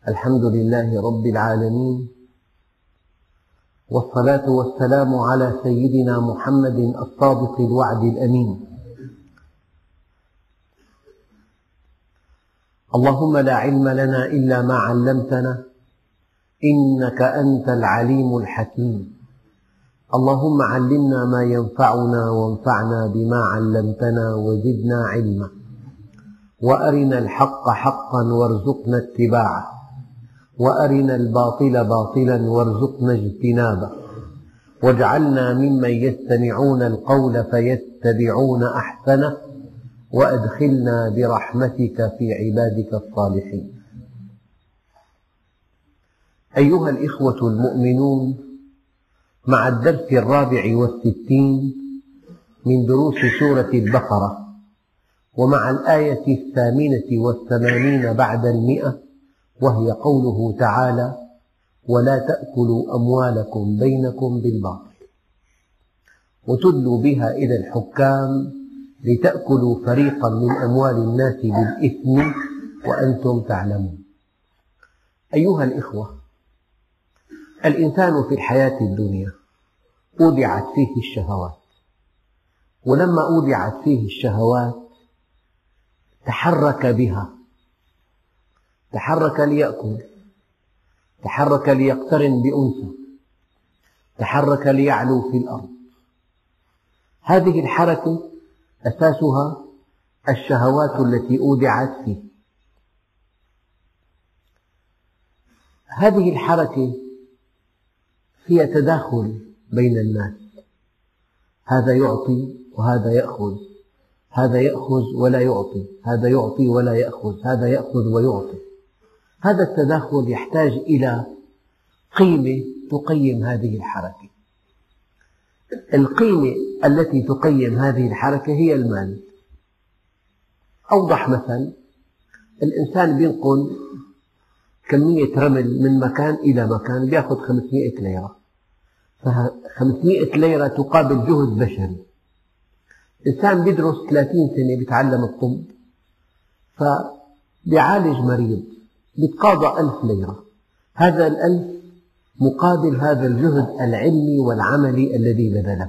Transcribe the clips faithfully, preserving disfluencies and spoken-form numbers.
الحمد لله رب العالمين، والصلاة والسلام على سيدنا محمد الصادق الوعد الأمين. اللهم لا علم لنا إلا ما علمتنا إنك أنت العليم الحكيم. اللهم علمنا ما ينفعنا وانفعنا بما علمتنا وزدنا علما، وأرنا الحق حقا وارزقنا اتباعه، وأرنا الباطل باطلا وارزقنا اجتنابه، واجعلنا ممن يستمعون القول فيتبعون أحسنه، وأدخلنا برحمتك في عبادك الصالحين. أيها الإخوة المؤمنون، مع الدرس الرابع والستين من دروس سورة البقرة، ومع الآية الثامنة والثمانين بعد المئة، وهي قوله تعالى: ولا تأكلوا أموالكم بينكم بالباطل وتدلوا بها إلى الحكام لتأكلوا فريقا من أموال الناس بالإثم وأنتم تعلمون. أيها الإخوة، الإنسان في الحياة الدنيا أودعت فيه الشهوات، ولما أودعت فيه الشهوات تحرك بها، تحرك ليأكل، تحرك ليقترن بأنثى، تحرك ليعلو في الأرض. هذه الحركة أساسها الشهوات التي أودعت فيه. هذه الحركة فيها تداخل بين الناس، هذا يعطي وهذا يأخذ، هذا يأخذ ولا يعطي، هذا يعطي ولا يأخذ، هذا يأخذ ويعطي. هذا التداخل يحتاج إلى قيمة تقيم هذه الحركة. القيمة التي تقيم هذه الحركة هي المال. أوضح مثل: الإنسان ينقل كمية رمل من مكان إلى مكان بيأخذ خمسمئة ليرة، فخمسمئة ليرة تقابل جهد بشري. إنسان يدرس ثلاثين سنة يتعلم الطب، فبيعالج مريض بيتقاضى ألف ليرة، هذا الألف مقابل هذا الجهد العلمي والعملي الذي بذله.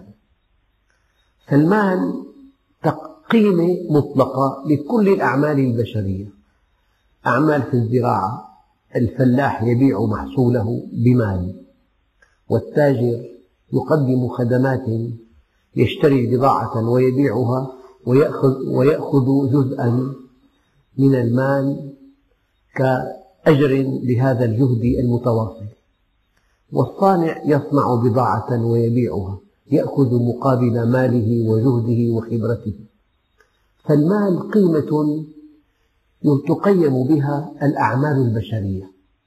فالمال قيمة مطلقة لكل الأعمال البشرية. أعمال في الزراعة، الفلاح يبيع محصوله بمال، والتاجر يقدم خدمات يشتري بضاعة ويبيعها ويأخذ, ويأخذ جزءا من المال كأجر لهذا الجهد المتواصل. والصانع يصنع بضاعة ويبيعها، يأخذ مقابل ماله وجهده وخبرته. فالمال قيمة تقيم بها الأعمال البشرية.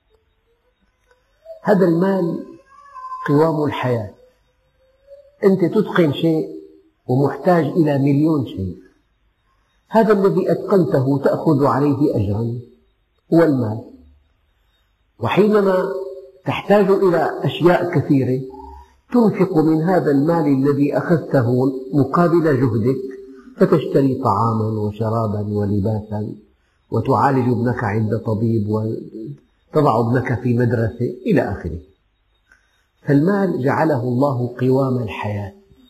هذا المال قوام الحياة. أنت تتقن شيء ومحتاج إلى مليون شيء، هذا الذي أتقنته تأخذ عليه أجرا هو المال. وحينما تحتاج إلى أشياء كثيرة تنفق من هذا المال الذي أخذته مقابل جهدك، فتشتري طعاما وشرابا ولباسا، وتعالج ابنك عند طبيب، وتضع ابنك في مدرسة إلى آخره. فالمال جعله الله قوام الحياة.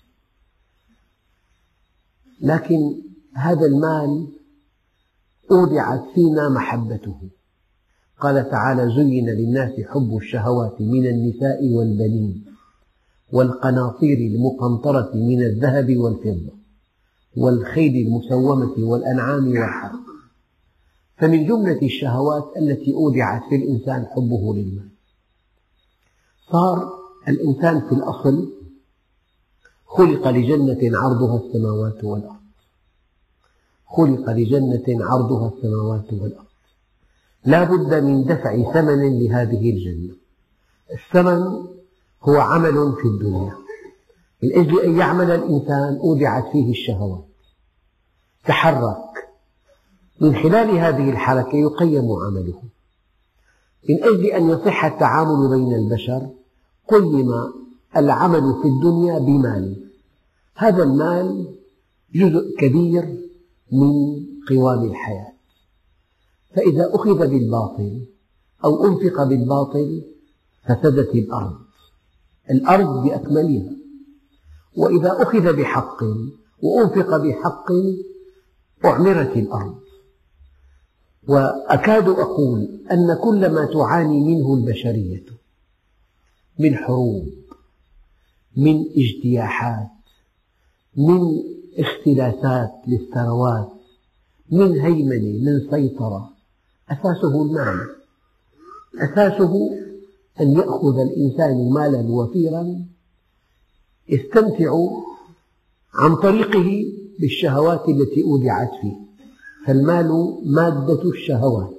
لكن هذا المال أودعت فينا محبته. قال تعالى: زين للناس حب الشهوات من النساء والبنين والقناطير المقنطرة من الذهب والفضة والخيل المسومة والأنعام والحرث. فمن جملة الشهوات التي أودعت في الإنسان حبه للمال. صار الإنسان في الأصل خلق لجنة عرضها السماوات والأرض، خلق لجنة عرضها السماوات والأرض. لا بد من دفع ثمن لهذه الجنة. الثمن هو عمل في الدنيا. من أجل أن يعمل الإنسان أودعت فيه الشهوات، تحرك، من خلال هذه الحركة يقيم عمله. من أجل أن يصح التعامل بين البشر قيم العمل في الدنيا بمال. هذا المال جزء كبير من قوام الحياة. فإذا أخذ بالباطل أو أنفق بالباطل فسدت الأرض، الأرض بأكملها. وإذا أخذ بحق وأنفق بحق أعمرت الأرض. وأكاد أقول أن كل ما تعاني منه البشرية من حروب، من اجتياحات، من اختلاسات للثروات، من هيمنة، من سيطرة، أساسه المال. أساسه أن يأخذ الإنسان مالا وفيرا يستمتع عن طريقه بالشهوات التي أودعت فيه، فالمال مادة الشهوات.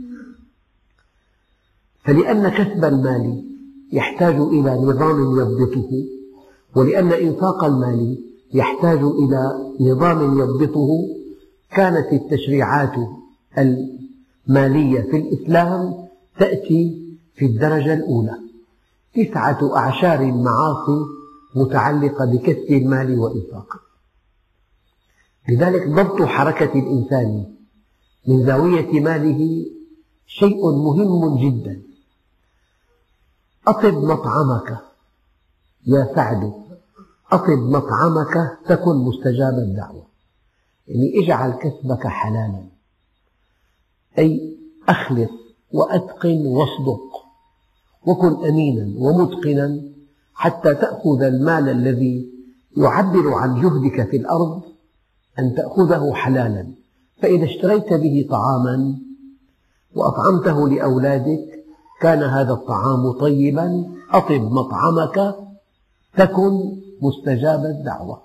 فلأن كسب المال يحتاج إلى نظام يضبطه، ولأن إنفاق المال يحتاج إلى نظام يضبطه، كانت التشريعات المالية في الإسلام تأتي في الدرجة الأولى، تسعة أعشار المعاصي متعلقة بكسب المال وإنفاقه. لذلك ضبط حركة الإنسان من زاوية ماله شيء مهم جدا. أطب مطعمك يا سعد، أطب مطعمك تكن مستجاب الدعوة. يعني اجعل كسبك حلالا، أي أخلص وأتقن واصدق وكن أمينا ومتقنا حتى تأخذ المال الذي يعبر عن جهدك في الأرض، أن تأخذه حلالا. فإذا اشتريت به طعاما وأطعمته لأولادك كان هذا الطعام طيبا. أطب مطعمك تكن مستجاب الدعوة.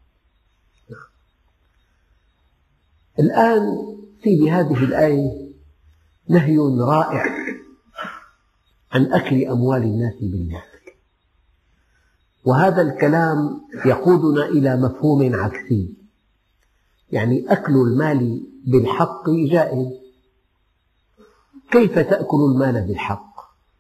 الآن في بهذه الآية نهي رائع عن أكل أموال الناس بالباطل، وهذا الكلام يقودنا إلى مفهوم عكسي. يعني أكل المال بالحق جائز. كيف تأكل المال بالحق؟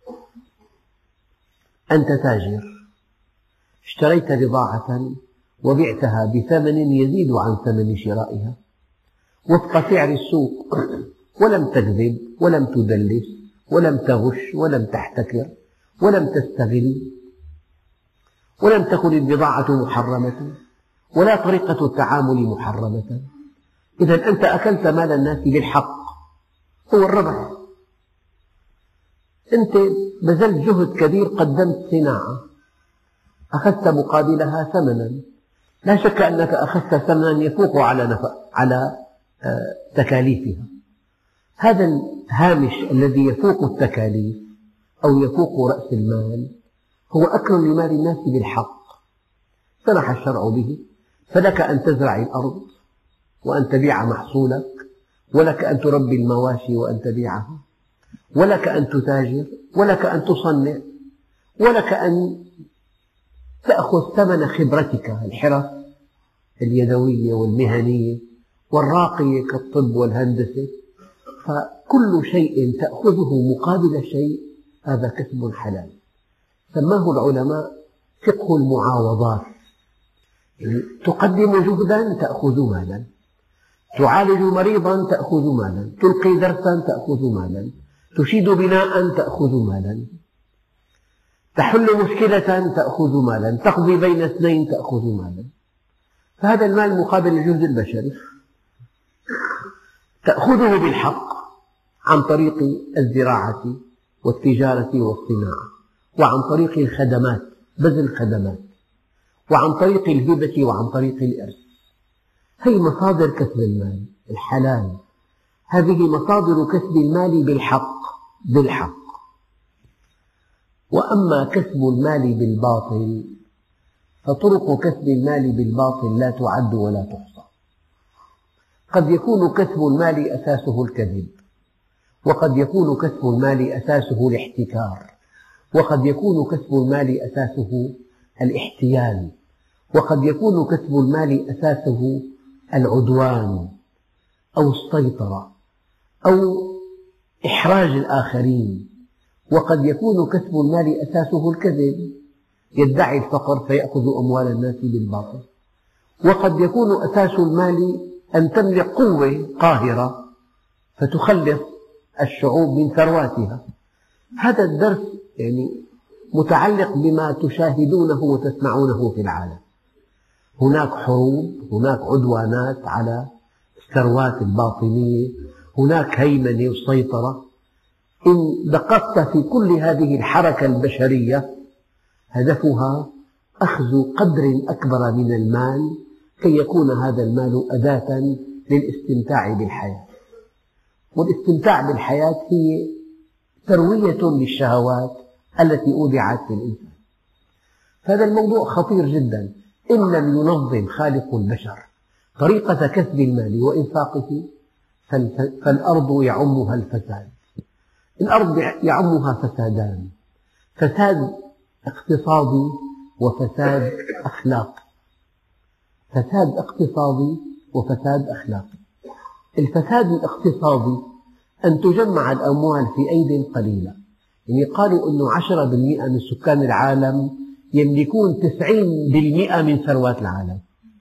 أنت تاجر، اشتريت بضاعة وبعتها بثمن يزيد عن ثمن شرائها وفق سعر السوق، ولم تكذب ولم تدلس ولم تغش ولم تحتكر ولم تستغل، ولم تكن البضاعة محرمة ولا طريقة التعامل محرمة. إذا أنت أكلت مال الناس بالحق، هو الربح. أنت بذلت جهد كبير، قدمت صناعة، أخذت مقابلها ثمنا، لا شك أنك أخذت ثمنا يفوق على نفق على تكاليفها. هذا الهامش الذي يفوق التكاليف أو يفوق رأس المال هو أكل لمال الناس بالحق، سمح الشرع به. فلك أن تزرع الأرض وأن تبيع محصولك، ولك أن تربي المواشي وأن تبيعها، ولك أن تتاجر، ولك أن تصنع، ولك أن تأخذ ثمن خبرتك، الحرف اليدوية والمهنية والراقية كالطب والهندسة. فكل شيء تأخذه مقابل شيء هذا كسب حلال. سماه العلماء فقه المعاوضات. يعني تقدم جهدا تأخذ مالا، تعالج مريضا تأخذ مالا، تلقي درسا تأخذ مالا، تشيد بناء تأخذ مالا، تحل مشكلة تأخذ مالا، تقضي بين اثنين تأخذ مالا. فهذا المال مقابل الجهد البشري، تأخذه بالحق عن طريق الزراعة والتجارة والصناعة، وعن طريق الخدمات، بذل الخدمات، وعن طريق الهبة، وعن طريق الإرث. هذه مصادر كسب المال الحلال، هذه مصادر كسب المال بالحق بالحق. وأما كسب المال بالباطل فطرق كسب المال بالباطل لا تعد ولا تحصى. قد يكون كسب المال أساسه الكذب، وقد يكون كسب المال أساسه الاحتكار، وقد يكون كسب المال أساسه الاحتيال، وقد يكون كسب المال أساسه العدوان أو السيطرة أو إحراج الآخرين، وقد يكون كسب المال أساسه الكذب، يدعي الفقر فيأخذ أموال الناس بالباطل. وقد يكون أساس المال أن تملك قوة قاهرة فتخلص الشعوب من ثرواتها، هذا الدرس يعني متعلق بما تشاهدونه وتسمعونه في العالم. هناك حروب، هناك عدوانات على الثروات الباطنية، هناك هيمنة وسيطرة. إن دققت في كل هذه الحركة البشرية هدفها أخذ قدر أكبر من المال كي يكون هذا المال أداة للاستمتاع بالحياة. والاستمتاع بالحياة هي تروية للشهوات التي أودعت في الإنسان. هذا الموضوع خطير جدا. إن لم ينظم خالق البشر طريقة كسب المال وإنفاقه فالأرض يعمها الفساد. الأرض يعمها فسادان: فساد اقتصادي وفساد أخلاقي. فساد اقتصادي وفساد أخلاقي. الفساد الاقتصادي أن تجمع الأموال في أيد قليلة. يعني قالوا أنه عشرة بالمئة من سكان العالم يملكون تسعين بالمئة من ثروات العالم.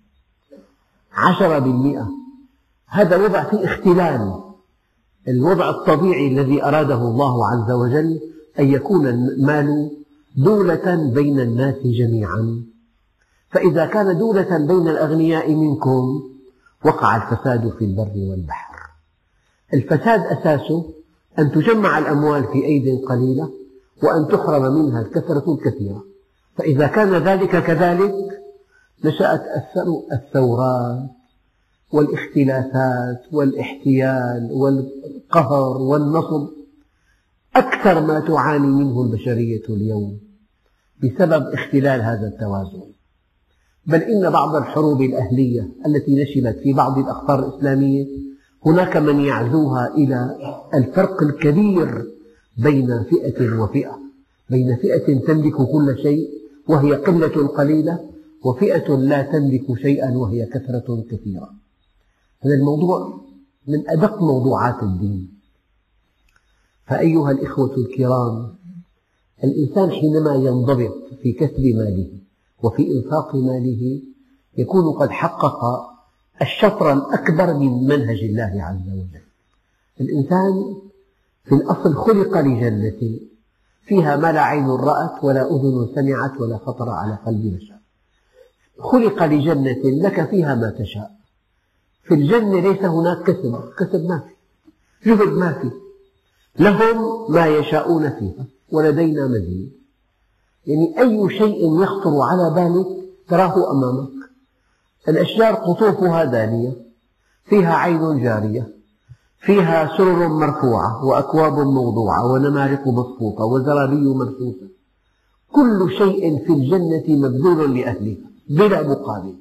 عشرة بالمئة، هذا وضع فيه اختلال. الوضع الطبيعي الذي أراده الله عز وجل أن يكون المال دولة بين الناس جميعا، فإذا كان دولة بين الأغنياء منكم وقع الفساد في البر والبحر. الفساد أساسه أن تجمع الأموال في أيد قليلة وأن تحرم منها الكثرة الكثيرة. فإذا كان ذلك كذلك نشأت الثورات والاختلافات والاحتيال والقهر والنصب، أكثر ما تعاني منه البشرية اليوم بسبب اختلال هذا التوازن. بل إن بعض الحروب الأهلية التي نشبت في بعض الأقطار الإسلامية هناك من يعزوها إلى الفرق الكبير بين فئة وفئة، بين فئة تملك كل شيء وهي قلة قليلة، وفئة لا تملك شيئا وهي كثرة كثيرة. هذا الموضوع من أدق موضوعات الدين. فأيها الإخوة الكرام، الإنسان حينما ينضبط في كسب ماله وفي إنفاق ماله يكون قد حقق الشطر الأكبر من منهج الله عز وجل. الإنسان في الأصل خلق لجنة فيها ما لا عين رأت ولا أذن سمعت ولا خطر على قلب بشر. خلق لجنة لك فيها ما تشاء. في الجنة ليس هناك كسب، كسب ما في، جهد ما في، لهم ما يشاءون فيها ولدينا مزيد. يعني أي شيء يخطر على بالك تراه أمامك. الأشجار قطوفها دانية، فيها عين جارية، فيها سرر مرفوعة وأكواب موضوعة ونمارق مصفوفة وزرابي مبثوثة. كل شيء في الجنة مبذول لأهلها بلا مقابل.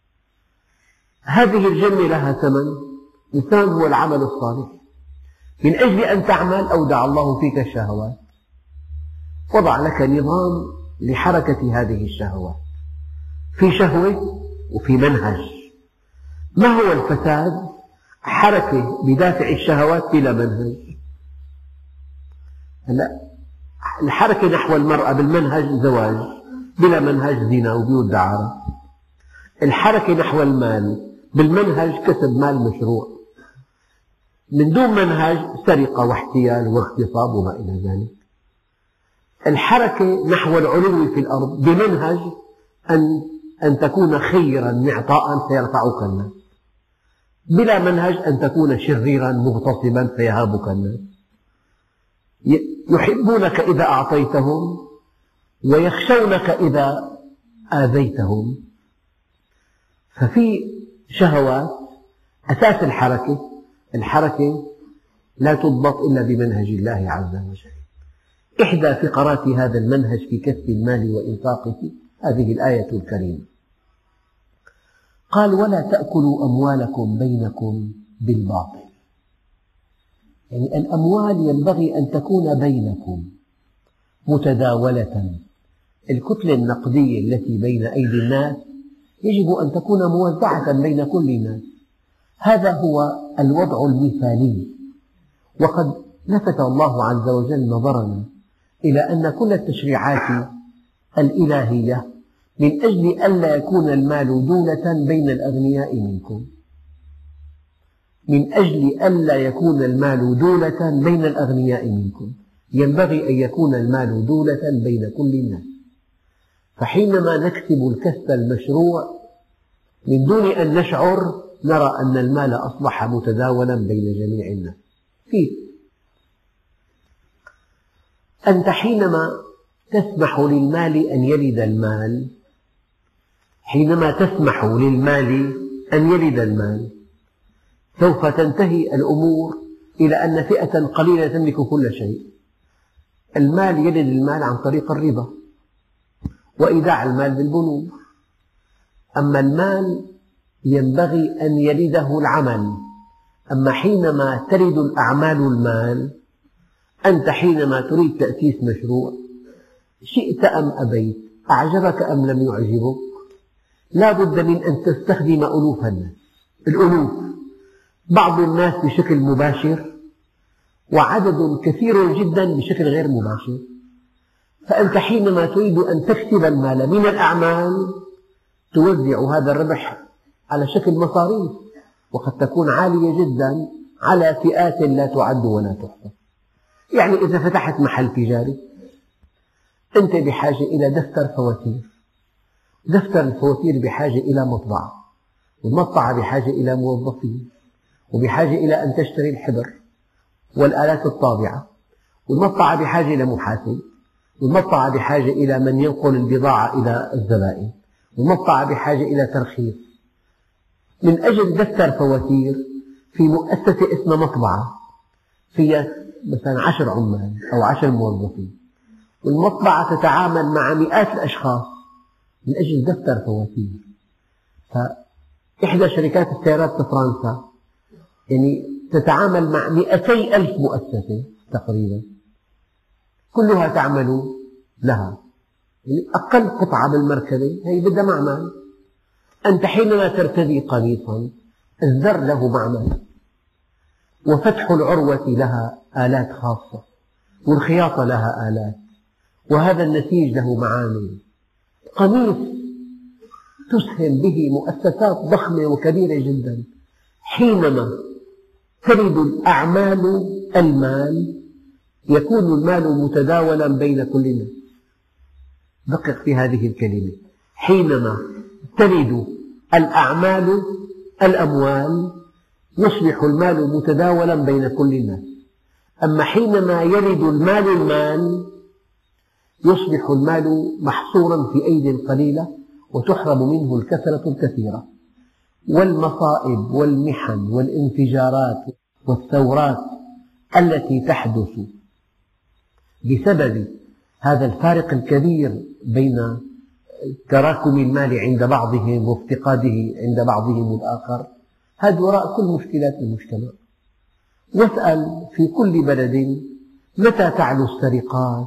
هذه الجنة لها ثمن، الثمن هو العمل الصالح. من أجل أن تعمل أودع الله فيك الشهوات، وضع لك نظام لحركة هذه الشهوات، في شهوة وفي منهج. ما هو الفساد؟ حركة بدافع الشهوات بلا منهج. هلا الحركة نحو المرأة بالمنهج زواج، بلا منهج زنا وبيوت دعارة. الحركة نحو المال بالمنهج كسب مال مشروع، من دون منهج سرقة واحتيال واغتصاب وما إلى ذلك. الحركة نحو العلو في الأرض بمنهج أن أن تكون خيرا معطاء فيرفعك الناس، بلا منهج أن تكون شريرا مغتصبا فيهابك الناس. يحبونك إذا أعطيتهم ويخشونك إذا آذيتهم. ففي شهوات أساس الحركة، الحركة لا تضبط إلا بمنهج الله عز وجل. إحدى فقرات هذا المنهج في كسب المال وإنفاقه هذه الآية الكريمة. قال: ولا تأكلوا أموالكم بينكم بالباطل. يعني الأموال ينبغي أن تكون بينكم متداولة. الكتلة النقدية التي بين أيدي الناس يجب أن تكون موزعة بين كل الناس. هذا هو الوضع المثالي. وقد لفت الله عز وجل نظرنا إلى أن كل التشريعات الإلهية من أجل ألا يكون المال دولة بين الأغنياء منكم، من أجل ألا يكون المال دولة بين الأغنياء منكم. ينبغي أن يكون المال دولة بين كل الناس، فحينما نكسب الكسب المشروع من دون أن نشعر نرى أن المال أصبح متداولا بين جميع الناس. كيف؟ أنت حينما تسمح للمال أن يلد المال حينما تسمح للمال أن يلد المال سوف تنتهي الأمور إلى أن فئة قليلة تملك كل شيء. المال يلد المال عن طريق الربا وإيداع المال بالبنوك، أما المال ينبغي أن يلده العمل. أما حينما تلد الأعمال المال، أنت حينما تريد تأسيس مشروع شئت أم أبيت، أعجبك أم لم يعجبك، لا بد من أن تستخدم ألوف الناس، الألوف، بعض الناس بشكل مباشر وعدد كثير جدا بشكل غير مباشر. فأنت حينما تريد أن تكسب المال من الأعمال توزع هذا الربح على شكل مصاريف، وقد تكون عالية جدا على فئات لا تعد ولا تحصى. يعني إذا فتحت محل تجاري أنت بحاجة إلى دفتر فواتير، دفتر الفواتير بحاجة إلى مطبعة، والمطبعة بحاجة إلى موظفين، وبحاجة إلى أن تشتري الحبر والآلات الطابعة، والمطبعة بحاجة إلى محاسب، والمطبعة بحاجة إلى من ينقل البضاعة إلى الزبائن، والمطبعة بحاجة إلى ترخيص. من أجل دفتر فواتير في مؤسسة اسمها مطبعة فيها مثلا عشر عمال أو عشر موظفين، والمطبعة تتعامل مع مئات الأشخاص من أجل دفتر فواتير. فإحدى شركات السيارات في فرنسا يعني تتعامل مع مئتي ألف مؤسسة تقريبا، كلها تعمل لها، يعني أقل قطعة بالمركبة هي بدها معمل. أنت حينما ترتدي قميصا الزر له معمل، وفتح العروة لها آلات خاصة، والخياطة لها آلات، وهذا النسيج له معامل. قميص تسهم به مؤسسات ضخمة وكبيرة جدا. حينما تلد الأعمال المال يكون المال متداولا بين كل الناس. دقق في هذه الكلمة، حينما تلد الأعمال الأموال يصبح المال متداولا بين كل الناس. أما حينما يلد المال المال يصبح المال محصورا في أيدي قليلة وتحرم منه الكثرة الكثيرة. والمصائب والمحن والانفجارات والثورات التي تحدث بسبب هذا الفارق الكبير بين تراكم المال عند بعضهم وافتقاده عند بعضهم الآخر، هذا وراء كل مشكلات المجتمع. واسأل في كل بلد متى تعلو السرقات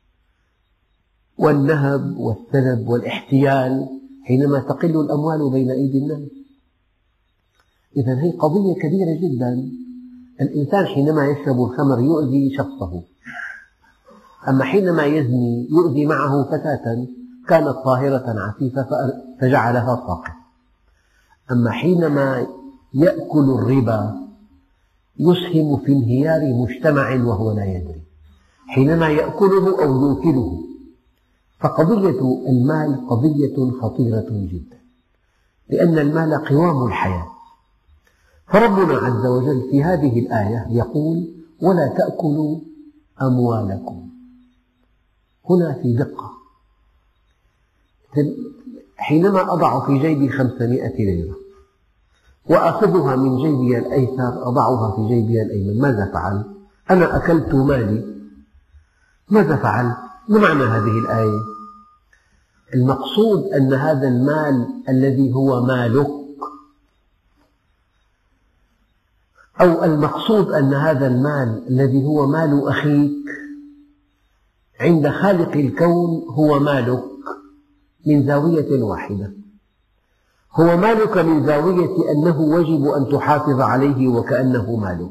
والنهب والسلب والاحتيال؟ حينما تقل الأموال بين أيدي الناس. إذن هي قضية كبيرة جدا. الإنسان حينما يشرب الخمر يؤذي شخصه، أما حينما يزني يؤذي معه فتاة كانت طاهرة عفيفة فجعلها ساقطة. أما حينما يأكل الربا يسهم في انهيار مجتمع وهو لا يدري، حينما يأكله أو يوكله. فقضية المال قضية خطيرة جدا، لأن المال قوام الحياة. فربنا عز وجل في هذه الآية يقول: ولا تأكلوا أموالكم. هنا في دقة. حينما أضع في جيبي خمسمائة ليرة وأخذها من جيبي الأيسر أضعها في جيبي الأيمن، ماذا فعلت؟ أنا أكلت مالي. ماذا فعلت؟ ما معنى هذه الآية؟ المقصود أن هذا المال الذي هو مالك، أو المقصود أن هذا المال الذي هو مال أخيك عند خالق الكون هو مالك من زاوية واحدة. هو مالك من زاوية أنه يجب أن تحافظ عليه وكأنه مالك.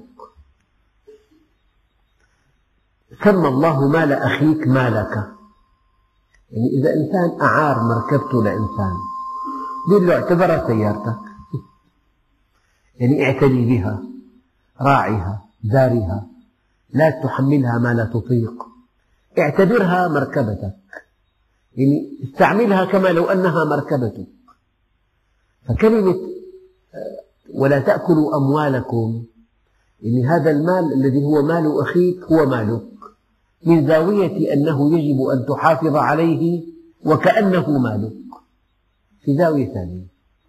سمى الله مال أخيك مالك. يعني إذا إنسان أعار مركبته لإنسان يقول له اعتبرها سيارتك، يعني اعتني بها، راعها، دارها، لا تحملها ما لا تطيق، اعتبرها مركبتك، يعني استعملها كما لو أنها مركبتك. فكلمة ولا تأكلوا أموالكم، يعني هذا المال الذي هو مال أخيك هو مالك، من زاوية أنه يجب أن تحافظ عليه وكأنه مالك في زاوية ثانية.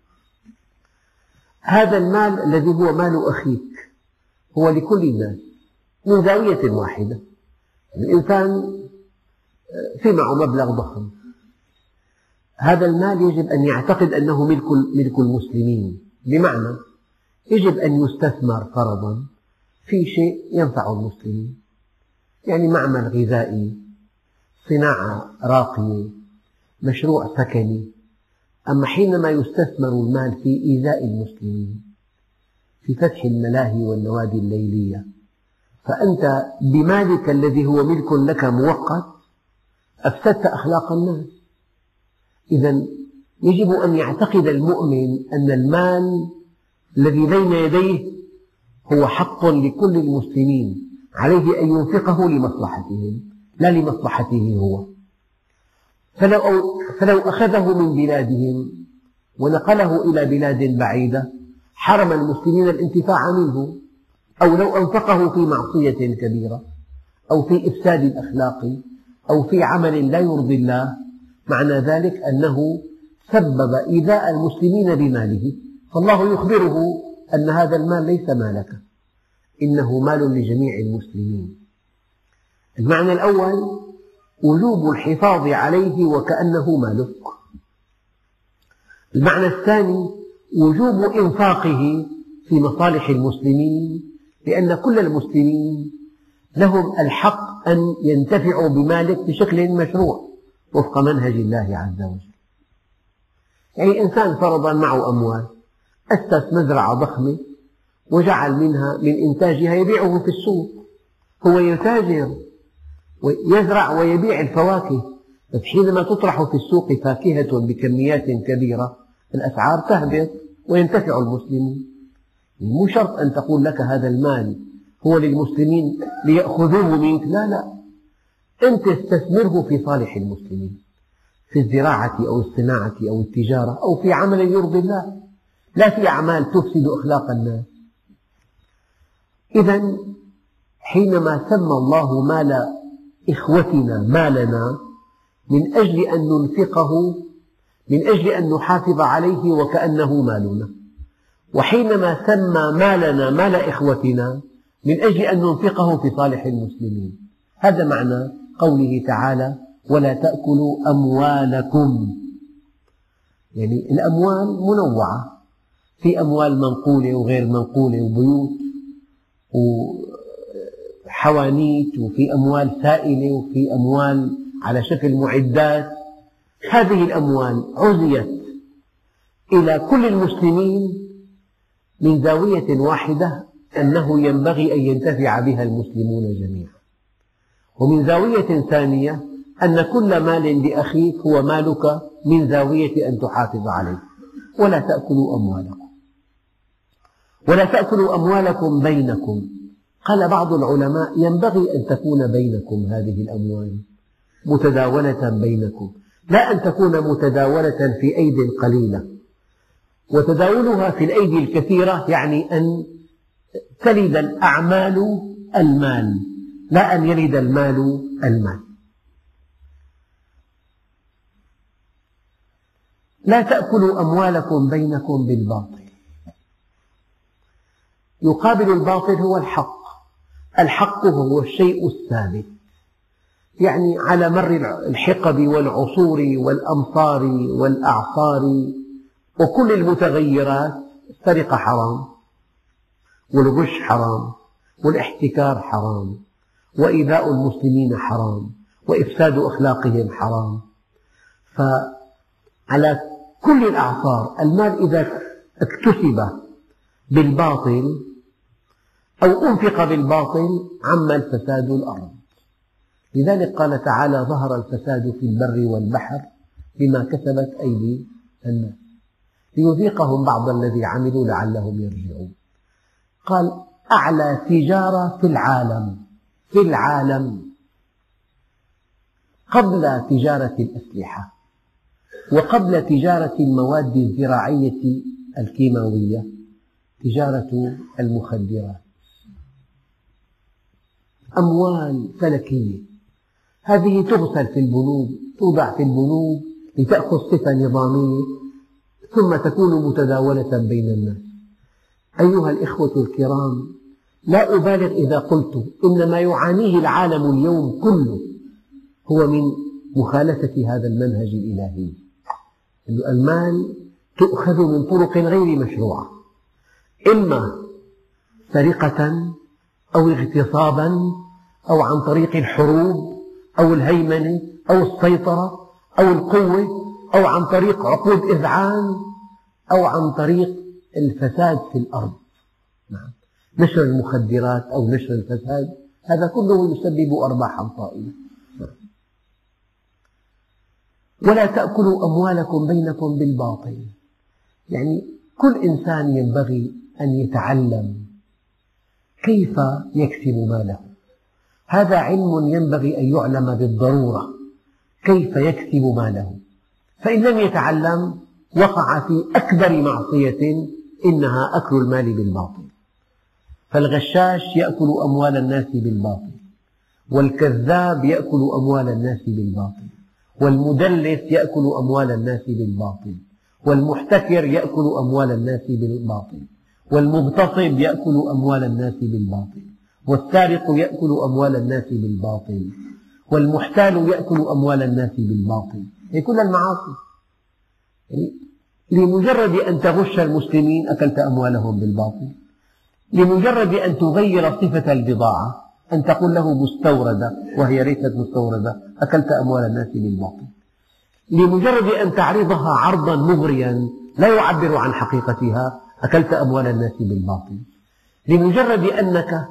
هذا المال الذي هو مال أخيك هو لكل الناس من زاوية واحدة. الإنسان في معه مبلغ ضخم، هذا المال يجب أن يعتقد أنه ملك ملك المسلمين، بمعنى يجب أن يستثمر فرضا في شيء ينفع المسلمين، يعني معمل غذائي، صناعة راقية، مشروع سكني. أما حينما يستثمر المال في إيذاء المسلمين، في فتح الملاهي والنوادي الليلية، فأنت بمالك الذي هو ملك لك مؤقت أفسدت أخلاق الناس. إذا يجب أن يعتقد المؤمن أن المال الذي بين يديه هو حق لكل المسلمين، عليه أن ينفقه لمصلحتهم لا لمصلحته هو. فلو, فلو أخذه من بلادهم ونقله إلى بلاد بعيدة حرم المسلمين الانتفاع منه، أو لو أنفقه في معصية كبيرة أو في إفساد الأخلاق أو في عمل لا يرضي الله، معنى ذلك أنه سبب إيذاء المسلمين بماله، فالله يخبره أن هذا المال ليس مالك، إنه مال لجميع المسلمين. المعنى الأول وجوب الحفاظ عليه وكأنه مالك. المعنى الثاني وجوب إنفاقه في مصالح المسلمين، لأن كل المسلمين لهم الحق أن ينتفعوا بمالك بشكل مشروع وفق منهج الله عز وجل. يعني إنسان فرضا معه أموال، أسس مزرعة ضخمة وجعل منها من إنتاجها يبيعه في السوق، هو يتاجر ويزرع ويبيع الفواكه، بس حينما تطرح في السوق فاكهة بكميات كبيرة الأسعار تهبط وينتفع المسلمون. مو شرط أن تقول لك هذا المال هو للمسلمين ليأخذوه منك، لا لا، أنت استثمره في صالح المسلمين، في الزراعة أو الصناعة أو التجارة أو في عمل يرضي الله، لا في أعمال تفسد أخلاق الناس. إذا حينما سمى الله مال إخوتنا مالنا من أجل أن ننفقه، من أجل أن نحافظ عليه وكأنه مالنا، وحينما سمى مالنا مال إخوتنا من أجل أن ننفقه في صالح المسلمين. هذا معنى قوله تعالى ولا تأكلوا أموالكم، يعني الأموال منوعة، في أموال منقولة وغير منقولة وبيوت وحوانيت، وفي أموال سائلة، وفي أموال على شكل معدات. هذه الأموال عزيت إلى كل المسلمين من زاوية واحدة، أنه ينبغي أن ينتفع بها المسلمون جميعا، ومن زاوية ثانية أن كل مال لأخيك هو مالك من زاوية أن تحافظ عليه. ولا تأكلوا أموالكم ولا تأكلوا أموالكم بينكم. قال بعض العلماء ينبغي أن تكون بينكم هذه الأموال متداولة بينكم، لا أن تكون متداولة في أيدي قليلة، وتداولها في الأيدي الكثيرة يعني أن تلد الأعمال المال، لا أن يلد المال المال. لا تأكلوا أموالكم بينكم بالباطل. يقابل الباطل هو الحق، الحق هو الشيء الثابت، يعني على مر الحقب والعصور والأمصار والأعصار وكل المتغيرات، السرقة حرام، والغش حرام، والاحتكار حرام، وإيذاء المسلمين حرام، وإفساد أخلاقهم حرام. فعلى كل الأعصار المال إذا اكتسب بالباطل أو أنفق بالباطل عم الفساد الأرض. لذلك قال تعالى ظهر الفساد في البر والبحر بما كسبت أيدي الناس ليذيقهم بعض الذي عملوا لعلهم يرجعون. قال أعلى تجارة في العالم في العالم قبل تجارة الأسلحة وقبل تجارة المواد الزراعية الكيماوية تجارة المخدرات. أموال فلكية هذه تغسل في البنوك، توضع في البنوك لتأخذ صفة نظامية ثم تكون متداولة بين الناس. أيها الإخوة الكرام، لا أبالغ إذا قلت إن ما يعانيه العالم اليوم كله هو من مخالفة هذا المنهج الإلهي. المال تؤخذ من طرق غير مشروعة، إما سرقة أو اغتصابا أو عن طريق الحروب أو الهيمنة أو السيطرة أو القوة أو عن طريق عقود إذعان أو عن طريق الفساد في الأرض. نشر المخدرات أو نشر الفساد هذا كله يسبب أرباحا طائلة. ولا تأكلوا أموالكم بينكم بالباطل، يعني كل إنسان ينبغي أن يتعلم كيف يكسب ماله. هذا علم ينبغي أن يعلم بالضرورة، كيف يكسب ماله، فإن لم يتعلم وقع في أكبر معصية إنها أكل المال بالباطل. فالغشاش يأكل أموال الناس بالباطل، والكذاب يأكل أموال الناس بالباطل، والمدلس يأكل أموال الناس بالباطل، والمحتكر يأكل أموال الناس بالباطل، والمغتصب يأكل أموال الناس بالباطل، والسارق يأكل أموال الناس بالباطل، والمحتال يأكل أموال الناس بالباطل. هي كل المعاصي. يعني لمجرد أن تغش المسلمين أكلت أموالهم بالباطل، لمجرد أن تغير صفة البضاعة، أن تقول له مستوردة وهي ليست مستوردة، أكلت أموال الناس بالباطل. لمجرد أن تعرضها عرضا مغريا لا يعبر عن حقيقتها، أكلت أموال الناس بالباطل. لمجرد أنك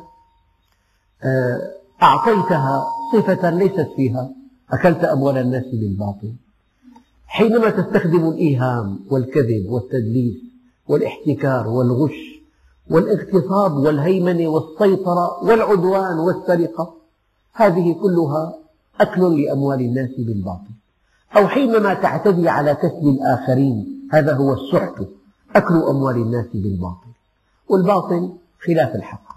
أعطيتها صفة ليست فيها، أكلت أموال الناس بالباطل. حينما تستخدم الإيهام والكذب والتدليس والاحتكار والغش والاغتصاب والهيمنة والسيطرة والعدوان والسرقة، هذه كلها أكل لأموال الناس بالباطل. أو حينما تعتدي على كسب الآخرين، هذا هو السحت، أكل أموال الناس بالباطل. والباطل خلاف الحق.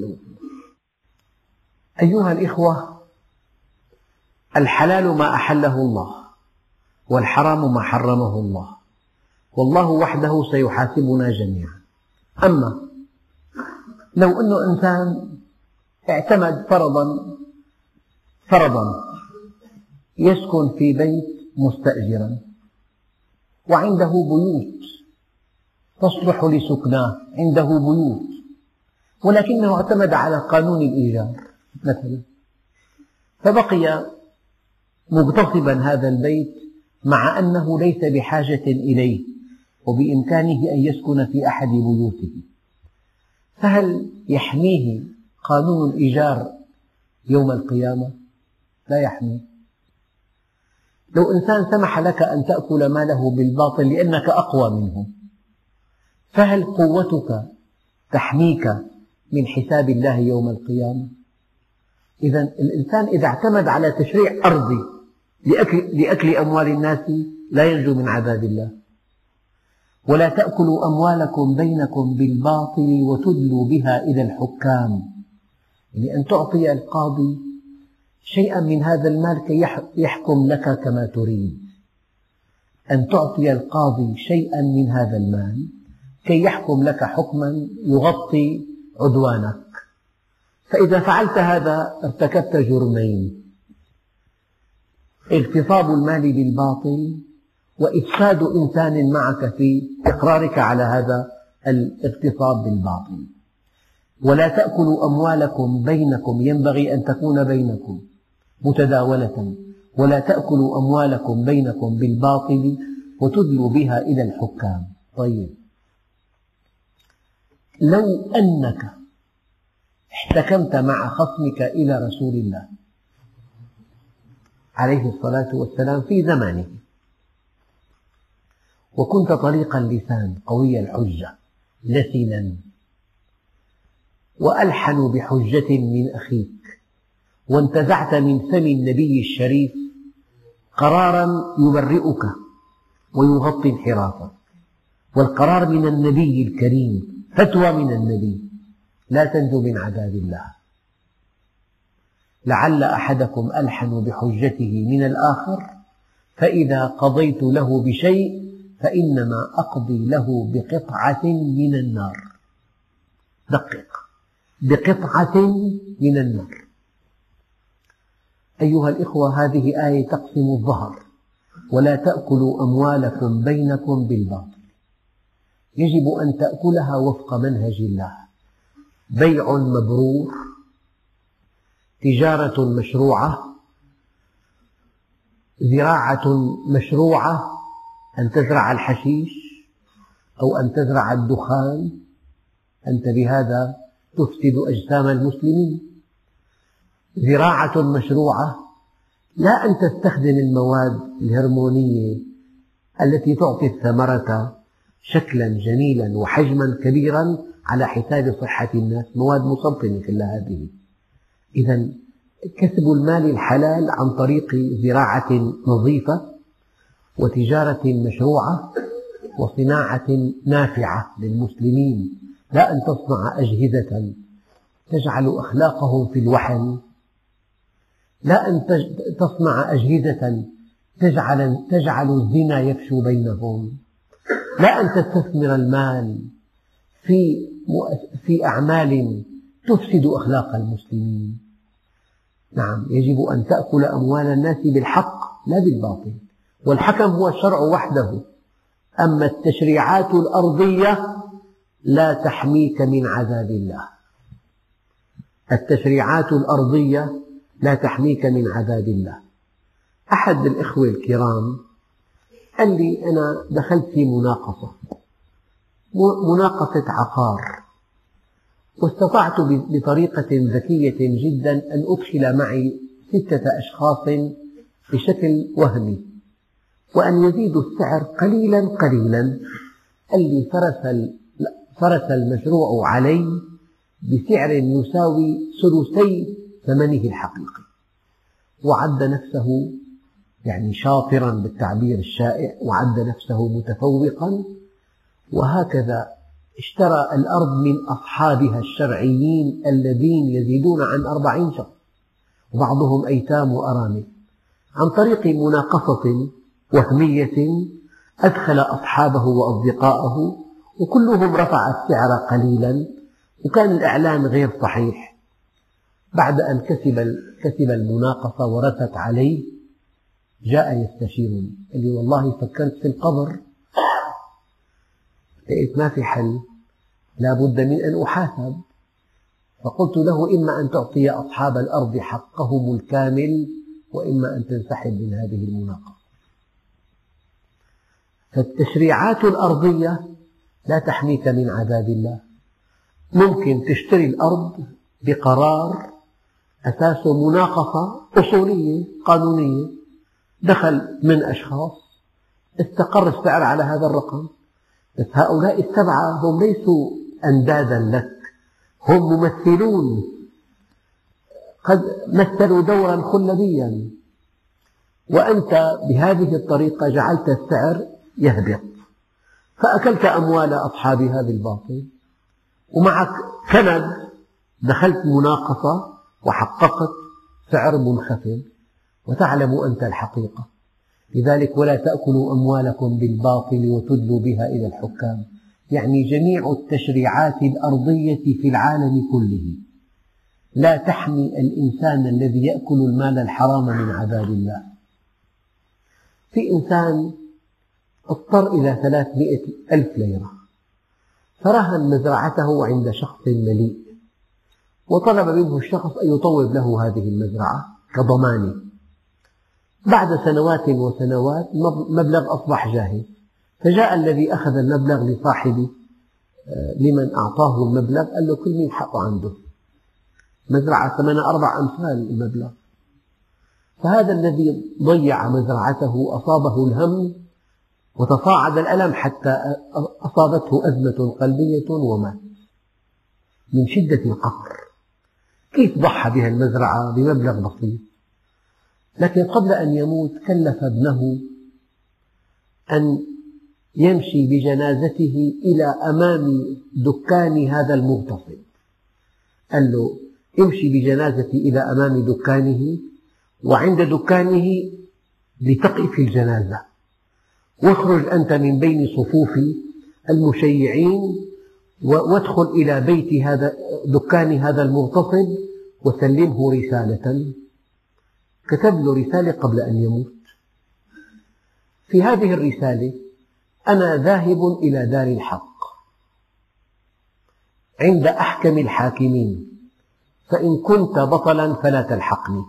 أيها الإخوة، الحلال ما أحله الله، والحرام ما حرمه الله، والله وحده سيحاسبنا جميعا. أما لو أن إنسان اعتمد فرضا فرضا يسكن في بيت مستأجرا وعنده بيوت تصلح لسكناه، عنده بيوت، ولكنه اعتمد على قانون الإيجار مثلا، فبقي مغتصبا هذا البيت مع أنه ليس بحاجة إليه وبإمكانه أن يسكن في أحد بيوته، فهل يحميه قانون الإيجار يوم القيامة؟ لا يحميه. لو إنسان سمح لك أن تأكل ماله بالباطل لأنك أقوى منه، فهل قوتك تحميك من حساب الله يوم القيامة؟ إذن الإنسان إذا اعتمد على تشريع أرضي لأكل, لأكل أموال الناس لا ينجو من عذاب الله. ولا تأكلوا أموالكم بينكم بالباطل وتدلوا بها إلى الحكام، يعني أن تعطي القاضي شيئا من هذا المال كي يحكم لك كما تريد، أن تعطي القاضي شيئا من هذا المال كي يحكم لك حكما يغطي عدوانك. فإذا فعلت هذا ارتكبت جرمين: اغتصاب المال بالباطل، وإفساد إنسان معك في إقرارك على هذا الاغتصاب بالباطل. ولا تأكلوا أموالكم بينكم، ينبغي أن تكون بينكم متداولة. ولا تأكلوا أموالكم بينكم بالباطل وتدلوا بها إلى الحكام. طيب، لو أنك احتكمت مع خصمك إلى رسول الله عليه الصلاة والسلام في زمانه، وكنت طليق اللسان قوي الحجة لسنا وألحن بحجة من أخيك، وانتزعت من فم النبي الشريف قرارا يبرئك ويغطي انحرافك، والقرار من النبي الكريم، فتوى من النبي، لا تنجو من عذاب الله. لعل أحدكم ألحن بحجته من الآخر، فإذا قضيت له بشيء فإنما أقضي له بقطعة من النار. دقق، بقطعة من النار. أيها الإخوة، هذه آية تقسم الظهر: ولا تأكلوا أموالكم بينكم بالباطل. يجب أن تأكلها وفق منهج الله: بيع مبرور، تجارة مشروعة، زراعة مشروعة، أن تزرع الحشيش أو أن تزرع الدخان، أنت بهذا تفسد أجسام المسلمين. زراعة مشروعة، لا أن تستخدم المواد الهرمونية التي تعطي الثمرة شكلا جميلا وحجما كبيرا على حساب صحة الناس، مواد مسرطنة كل هذه. إذا كسب المال الحلال عن طريق زراعة نظيفة وتجارة مشروعة وصناعة نافعة للمسلمين، لا أن تصنع أجهزة تجعل أخلاقهم في الوحل، لا أن تصنع أجهزة تجعل, تجعل الزنا يفشو بينهم، لا أن تستثمر المال في, في أعمال تفسد أخلاق المسلمين. نعم، يجب أن تأكل أموال الناس بالحق لا بالباطل، والحكم هو الشرع وحده. أما التشريعات الأرضية لا تحميك من عذاب الله. التشريعات الأرضية لا تحميك من عذاب الله. أحد الإخوة الكرام قال لي: أنا دخلت في مناقصة مناقصة عقار، واستطعت بطريقة ذكية جدا أن أدخل معي ستة أشخاص بشكل وهمي، وأن يزيدوا السعر قليلا قليلا. قال لي: فرس فرس المشروع علي بسعر يساوي ثلثي ثمنه الحقيقي، وعد نفسه يعني شاطرا بالتعبير الشائع، وعد نفسه متفوقا، وهكذا اشترى الأرض من أصحابها الشرعيين الذين يزيدون عن أربعين شخص، وبعضهم أيتام وأرامل، عن طريق مناقصة وهمية أدخل أصحابه وأصدقاءه، وكلهم رفع السعر قليلا، وكان الإعلان غير صحيح. بعد أن كسب كسب المناقصة ورثت عليه، جاء يستشيرني، قال لي: والله فكرت في القبر، لقيت ما في حل، لا بد من أن أحاسب. فقلت له: إما أن تعطي أصحاب الأرض حقهم الكامل، وإما أن تنسحب من هذه المناقصة. فالتشريعات الأرضية لا تحميك من عذاب الله. ممكن تشتري الأرض بقرار أساسه مناقصة أصولية قانونية، دخل من أشخاص، استقر السعر على هذا الرقم، بس هؤلاء السبعة هم ليسوا أندادا لك، هم ممثلون، قد مثلوا دورا خلديا، وأنت بهذه الطريقة جعلت السعر يهبط، فأكلت أموال أصحابها بالباطل، ومعك سند دخلت مناقصة وحققت سعر منخفض، وتعلم أنت الحقيقة. لذلك: ولا تأكلوا أموالكم بالباطل وتدلوا بها إلى الحكام، يعني جميع التشريعات الأرضية في العالم كله لا تحمي الإنسان الذي يأكل المال الحرام من عذاب الله. في إنسان اضطر إلى ثلاثمئة ألف ليرة، فرهن مزرعته عند شخص مليء، وطلب منه الشخص أن يطوب له هذه المزرعة كضمانه. بعد سنوات وسنوات مبلغ أصبح جاهز، فجاء الذي أخذ المبلغ لصاحبه لمن أعطاه المبلغ، قال له: كل مين حقه عنده، مزرعة ثمنها أربع أمثال المبلغ. فهذا الذي ضيع مزرعته أصابه الهم وتصاعد الألم حتى أصابته أزمة قلبية ومات من شدة القهر. كيف ضحى بها المزرعة بمبلغ بسيط، لكن قبل أن يموت كلف ابنه أن يمشي بجنازته إلى أمام دكان هذا المغتصب. قال له امشي بجنازتي إلى أمام دكانه، وعند دكانه لتقف الجنازة، واخرج أنت من بين صفوف المشيعين وادخل إلى بيت هذا دكان هذا المغتصب وسلمه رسالة. كتب له رسالة قبل أن يموت. في هذه الرسالة: أنا ذاهب إلى دار الحق عند أحكم الحاكمين، فإن كنت بطلا فلا تلحقني.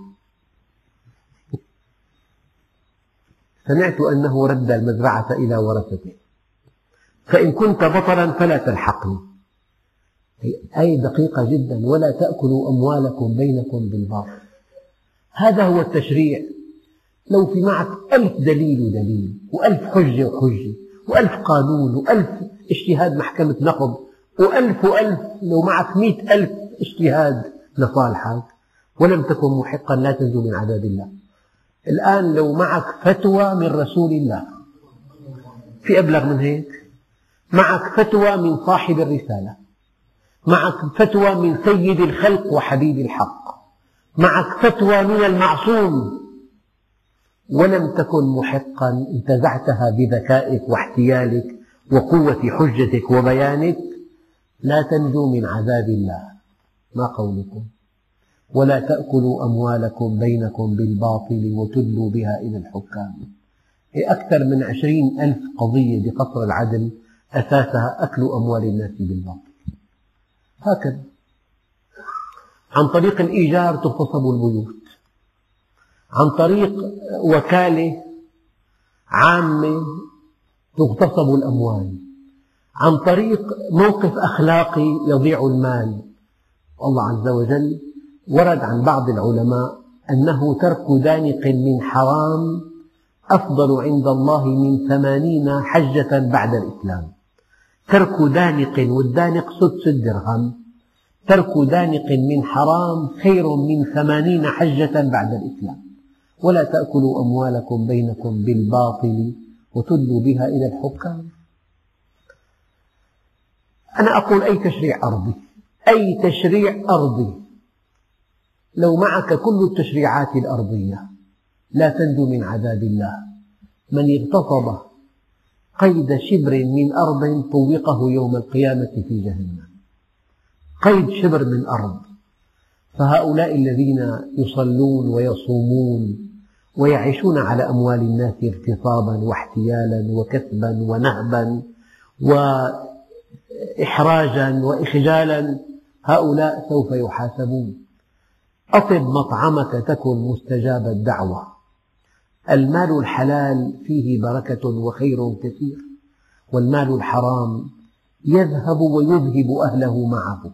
سمعت أنه رد المزرعة إلى ورثته، فإن كنت بطلا فلا تلحقني. آية دقيقة جدا: ولا تأكلوا أموالكم بينكم بالباطل. هذا هو التشريع. لو في معك ألف دليل ودليل، وألف حجة وحجة، وألف قانون، وألف اجتهاد محكمة نقض، وألف وألف، لو معك مئة ألف اجتهاد لصالحك ولم تكن محقا لا تنجو من عذاب الله. الآن لو معك فتوى من رسول الله، في أبلغ من هيك؟ معك فتوى من صاحب الرسالة، معك فتوى من سيد الخلق وحبيب الحق، معك فتوى من المعصوم، ولم تكن محقا انتزعتها بذكائك واحتيالك وقوة حجتك وبيانك، لا تنجو من عذاب الله. ما قولكم؟ ولا تأكلوا أموالكم بينكم بالباطل وتدلوا بها إلى الحكام. أكثر من عشرين ألف قضية بقصر العدل أساسها أكل أموال الناس بالباطل. هكذا عن طريق الإيجار تغتصب البيوت، عن طريق وكالة عامة تغتصب الأموال، عن طريق موقف أخلاقي يضيع المال. الله عز وجل ورد عن بعض العلماء أنه ترك دانق من حرام أفضل عند الله من ثمانين حجة بعد الإسلام. ترك دانق، والدانق سدس الدرهم، ترك دانق من حرام خير من ثمانين حجة بعد الإسلام. ولا تأكلوا أموالكم بينكم بالباطل وتدلوا بها إلى الحكام. أنا أقول أي تشريع أرضي، أي تشريع أرضي، لو معك كل التشريعات الأرضية لا تنجو من عذاب الله. من اغتصب قيد شبر من أرض طوقه يوم القيامة في جهنم. قيد شبر من أرض. فهؤلاء الذين يصلون ويصومون ويعيشون على أموال الناس اغتصابا واحتيالا وكسبا ونهبا وإحراجا وإخجالا، هؤلاء سوف يحاسبون. أطب مطعمك تكن مستجاب الدعوة. المال الحلال فيه بركة وخير كثير، والمال الحرام يذهب ويذهب أهله معه.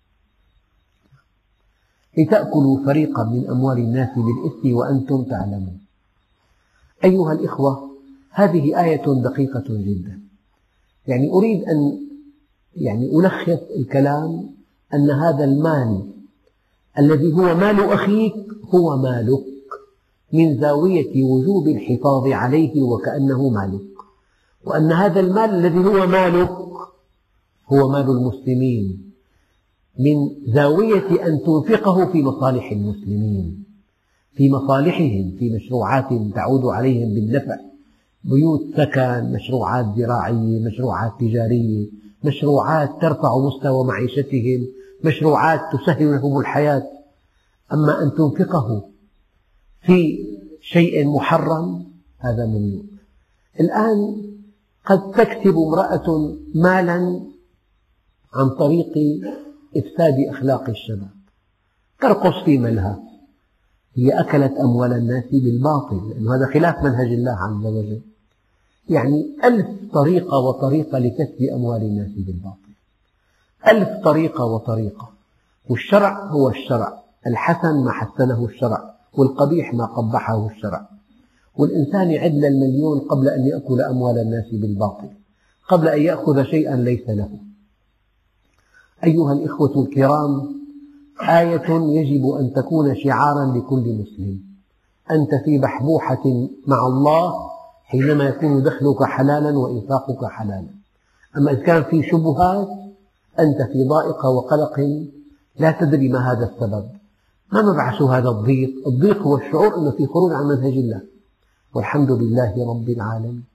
لتأكلوا فريقا من أموال الناس بالإثم وأنتم تعلمون. أيها الإخوة، هذه آية دقيقة جدا. يعني أريد أن يعني ألخص الكلام أن هذا المال الذي هو مال أخيك هو مالك، من زاوية وجوب الحفاظ عليه وكأنه مالك، وأن هذا المال الذي هو مالك هو مال المسلمين، من زاوية أن تنفقه في مصالح المسلمين، في مصالحهم، في مشروعات تعود عليهم بالنفع، بيوت سكن، مشروعات زراعية، مشروعات تجارية، مشروعات ترفع مستوى معيشتهم، مشروعات تسهل لهم الحياة. أما أن تنفقه في شيء محرم هذا ممنوع. الآن قد تكسب امرأة مالا عن طريق إفساد أخلاق الشباب، ترقص في ملهى، هي أكلت أموال الناس بالباطل، لأن هذا خلاف منهج الله عز وجل. يعني ألف طريقة وطريقة لكسب أموال الناس بالباطل، ألف طريقة وطريقة. والشرع هو الشرع، الحسن ما حسنه الشرع، والقبيح ما قبحه الشرع. والإنسان يعد للمليون قبل أن يأكل أموال الناس بالباطل، قبل أن يأخذ شيئا ليس له. أيها الإخوة الكرام، آية يجب أن تكون شعارا لكل مسلم. أنت في بحبوحة مع الله حينما يكون دخلك حلالا وإنفاقك حلالا. أما إذا كان في شبهات أنت في ضائقة وقلق لا تدري ما هذا السبب. ما مبعث هذا الضيق؟ الضيق هو الشعور أنه في خروج عن منهج الله، والحمد لله رب العالمين.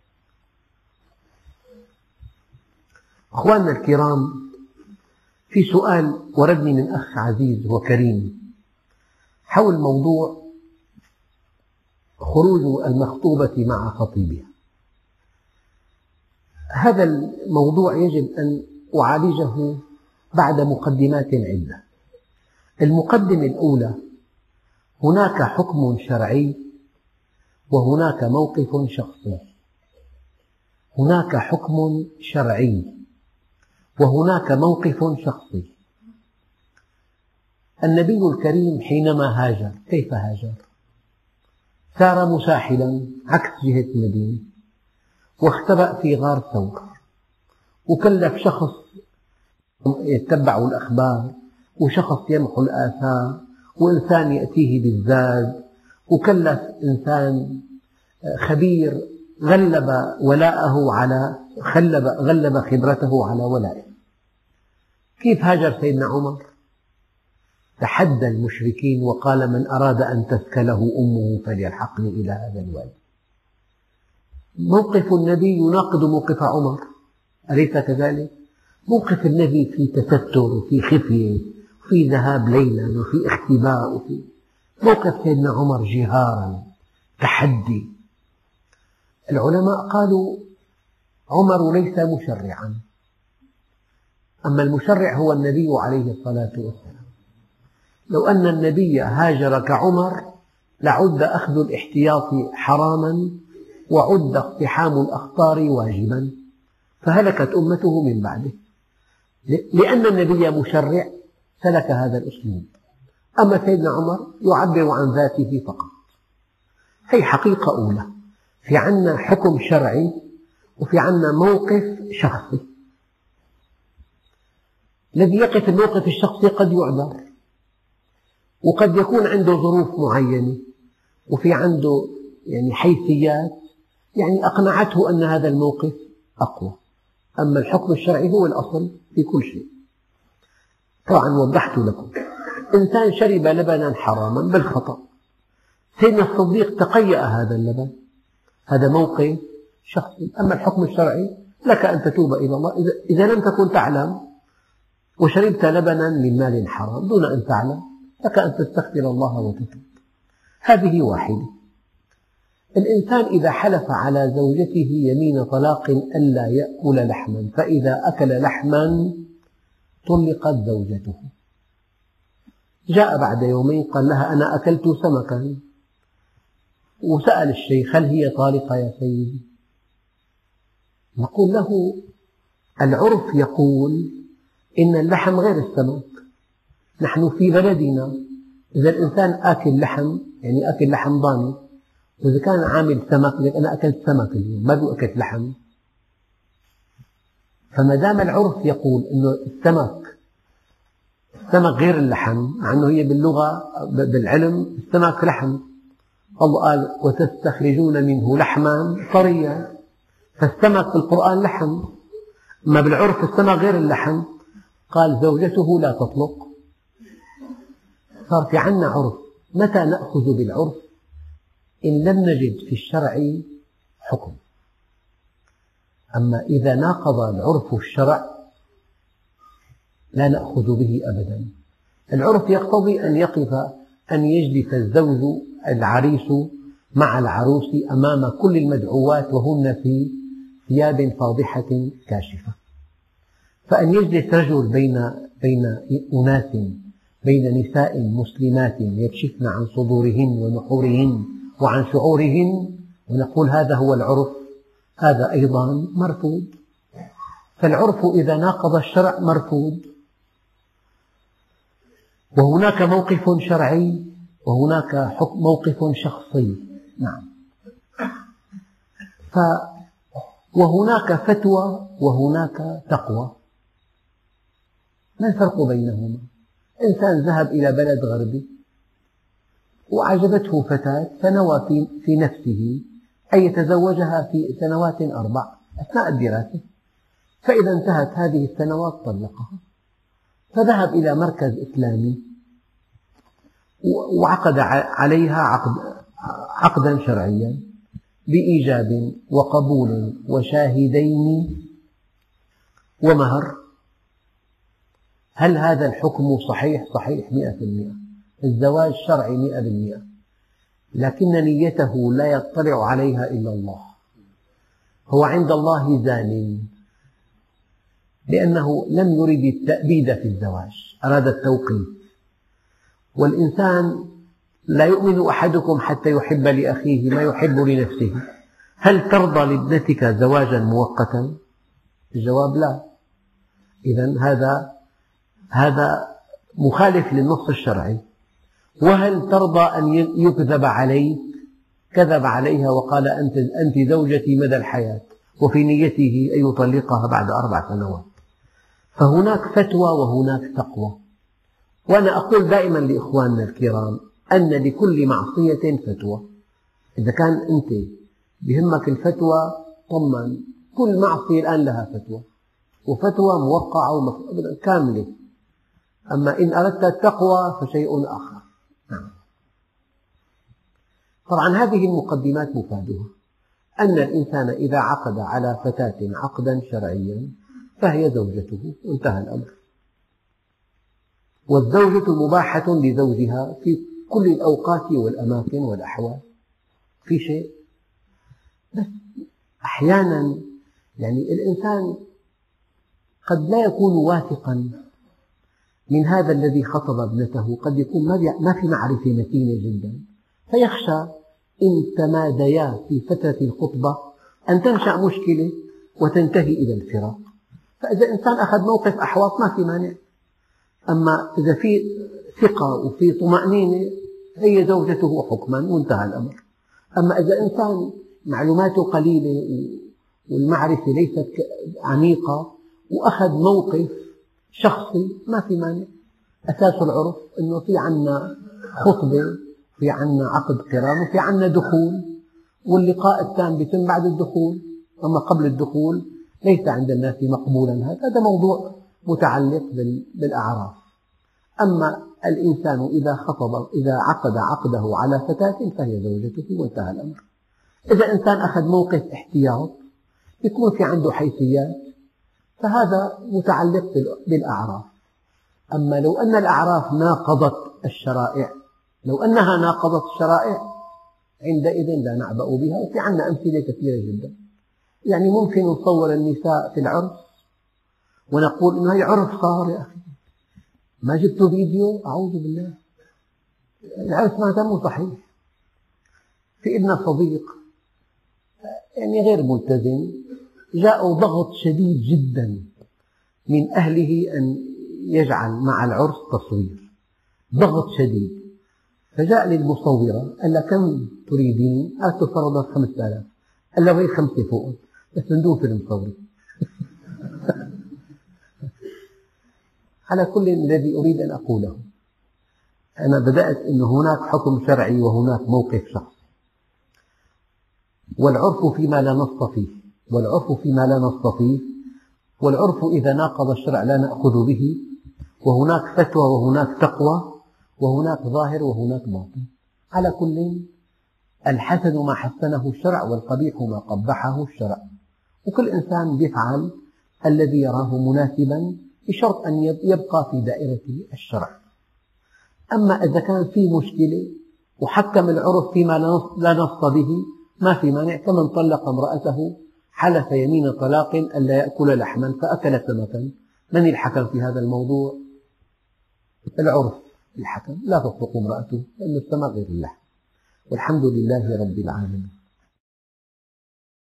أخواننا الكرام، في سؤال وردني من أخ عزيز وكريم حول موضوع خروج المخطوبة مع خطيبها. هذا الموضوع يجب أن أعالجه بعد مقدمات عدة. المقدمة الأولى: هناك حكم شرعي وهناك موقف شخصي. هناك حكم شرعي وهناك موقف شخصي. النبي الكريم حينما هاجر كيف هاجر؟ سار مساحلا عكس جهة المدينة، واختبأ في غار ثور، وكلف شخص يتبع الأخبار، وشخص يمحو الآثار، وإنسان يأتيه بالزاد، وكلف إنسان خبير غلب ولاءه على غلب, غلب خبرته على ولائه. كيف هاجر سيدنا عمر؟ تحدى المشركين وقال: من أراد أن تسكله أمه فليلحقني إلى هذا الوادي. موقف النبي يناقض موقف عمر، أليس كذلك؟ موقف النبي في تستر وفي خفية وفي ذهاب ليلا وفي اختباء، وفي موقف سيدنا عمر جهارا تحدي. العلماء قالوا: عمر ليس مشرعا، أما المشرع هو النبي عليه الصلاة والسلام. لو أن النبي هاجر كعمر لعد أخذ الاحتياط حراما وعد اقتحام الأخطار واجبا، فهلكت أمته من بعده. لأن النبي مشرع سلك هذا الأسلوب، أما سيدنا عمر يعبر عن ذاته فقط. هي حقيقة أولى، في عنا حكم شرعي وفي عنا موقف شخصي. الذي يقف الموقف الشخصي قد يعذر، وقد يكون عنده ظروف معينة، وفي عنده يعني حيثيات يعني أقنعته أن هذا الموقف أقوى. أما الحكم الشرعي هو الأصل في كل شيء. طبعا وضحت لكم، إنسان شرب لبنا حراما بالخطأ، سيدنا الصديق تقيأ هذا اللبن، هذا موقف شخصي. أما الحكم الشرعي لك أن تتوب إلى الله إذا لم تكن تعلم وشربت لبنا من مال حرام دون أن تعلم، لك أن تستغفر الله وتتوب. هذه واحدة. الإنسان إذا حلف على زوجته يمين طلاق ألا يأكل لحما، فإذا أكل لحما طلقت زوجته. جاء بعد يومين قال لها: أنا أكلت سمكا، وسأل الشيخ: هل هي طالقة يا سيدي؟ نقول له: العرف يقول إن اللحم غير السمك. نحن في بلدنا إذا الإنسان آكل لحم يعني آكل لحم ضاني، وإذا كان عامل سمك يقول أنا أكلت سمك اليوم، ما بيقول أكلت لحم. فما دام العرف يقول إنه السمك السمك غير اللحم، مع أنه هي باللغة بالعلم السمك لحم. الله قال: وتستخرجون منه لحما طريا، فالسمك في القرآن لحم، أما بالعرف السمك غير اللحم. قال: زوجته لا تطلق. صار في عنا عرف. متى نأخذ بالعرف؟ إن لم نجد في الشرع حكم. أما إذا ناقض العرف الشرع لا نأخذ به أبدا. العرف يقتضي أن يقف أن يجلس الزوج العريس مع العروس أمام كل المدعوات وهن في ثياب فاضحة كاشفة، فأن يجلس رجل بين بين أناس بين نساء مسلمات يكشفن عن صدورهن ونحورهن وعن شعورهن ونقول هذا هو العرف، هذا أيضا مرفوض. فالعرف إذا ناقض الشرع مرفوض. وهناك موقف شرعي وهناك موقف شخصي. نعم. ف وهناك فتوى وهناك تقوى. ما الفرق بينهما؟ إنسان ذهب إلى بلد غربي وأعجبته فتاة فنوى في, في نفسه أن يتزوجها في سنوات أربع أثناء الدراسة، فإذا انتهت هذه السنوات طلقها، فذهب إلى مركز إسلامي وعقد عليها عقد عقدا شرعيا بإيجاب وقبول وشاهدين ومهر. هل هذا الحكم صحيح؟ صحيح مئة بالمئة، الزواج شرعي مئة بالمئة، لكن نيته لا يطلع عليها إلا الله. هو عند الله زان، لأنه لم يرد التأبيد في الزواج، أراد التوقيت. والإنسان لا يؤمن أحدكم حتى يحب لأخيه ما يحب لنفسه. هل ترضى لابنتك زواجا مؤقتا؟ الجواب لا. إذن هذا هذا مخالف للنص الشرعي. وهل ترضى أن يكذب عليك؟ كذب عليها وقال أنت أنت زوجتي مدى الحياة، وفي نيته أن يطلقها بعد أربع سنوات. فهناك فتوى وهناك تقوى. وأنا أقول دائما لإخواننا الكرام أن لكل معصية فتوى. إذا كان أنت بهمك الفتوى طمن، كل معصية الآن لها فتوى، وفتوى موقعة كاملة. أما إن أردت التقوى فشيء آخر. طبعا هذه المقدمات مفادها أن الإنسان إذا عقد على فتاة عقدا شرعيا فهي زوجته وانتهى الأمر. والزوجة مباحة لزوجها في كل الأوقات والأماكن والأحوال. في شيء بس أحيانا يعني الإنسان قد لا يكون واثقا من هذا الذي خطب ابنته، قد يكون ما في معرفة متينة جدا، فيخشى إن تماديا في فترة الخطبة أن تنشأ مشكلة وتنتهي إلى الفراق. فإذا إنسان أخذ موقف أحواط ما في مانع. أما إذا في ثقة وفي طمأنينة هي زوجته حكما وانتهى الأمر. أما إذا إنسان معلوماته قليلة والمعرفة ليست عميقة وأخذ موقف شخصي ما في مانع. أساس العرف أنه في عنا خطبة، في عنا عقد قران، وفي عنا دخول، واللقاء التام بيتم بعد الدخول. أما قبل الدخول ليس عند الناس مقبولا. هذا موضوع متعلق بالأعراف. أما الإنسان إذا خطب إذا عقد عقده على فتاة فهي زوجته وانتهى الأمر. إذا إنسان أخذ موقف احتياط يكون في عنده حيثيات، فهذا متعلق بالأعراف. أما لو أن الأعراف ناقضت الشرائع لو أنها ناقضت الشرائع عندئذ لا نعبأ بها. وفي عندنا أمثلة كثيرة جدا. يعني ممكن نصور النساء في العرس ونقول إنه هي عرف صار يا أخي، ما جبتوا فيديو؟ أعوذ بالله، العرس ما تم صحيح. في ابن صديق يعني غير ملتزم، جاءوا ضغط شديد جدا من أهله أن يجعل مع العرس تصوير، ضغط شديد. فجاء للمصورة قال لها كم تريدين؟ قالت له فرضت خمسة آلاف. قال له هي خمسة فوق بس من دون فيلم صوري. على كل الذي أريد أن أقوله أنا بدأت أن هناك حكم شرعي وهناك موقف شخصي، والعرف فيما لا نص فيه والعرف فيما لا نص فيه والعرف إذا ناقض الشرع لا نأخذ به، وهناك فتوى وهناك تقوى وهناك ظاهر وهناك باطن. على كل الحسن ما حسنه الشرع والقبيح ما قبحه الشرع، وكل إنسان يفعل الذي يراه مناسبا بشرط أن يبقى في دائرة الشرع. أما إذا كان في مشكلة وحكم العرف فيما لا نص به ما في مانع. كمن طلق امرأته حلف يمين طلاق ألا يأكل لحما فأكل سمكا. من الحكم في هذا الموضوع؟ العرف الحكم. لا تطلق امرأته لأن السمك غير اللحم. والحمد لله رب العالمين.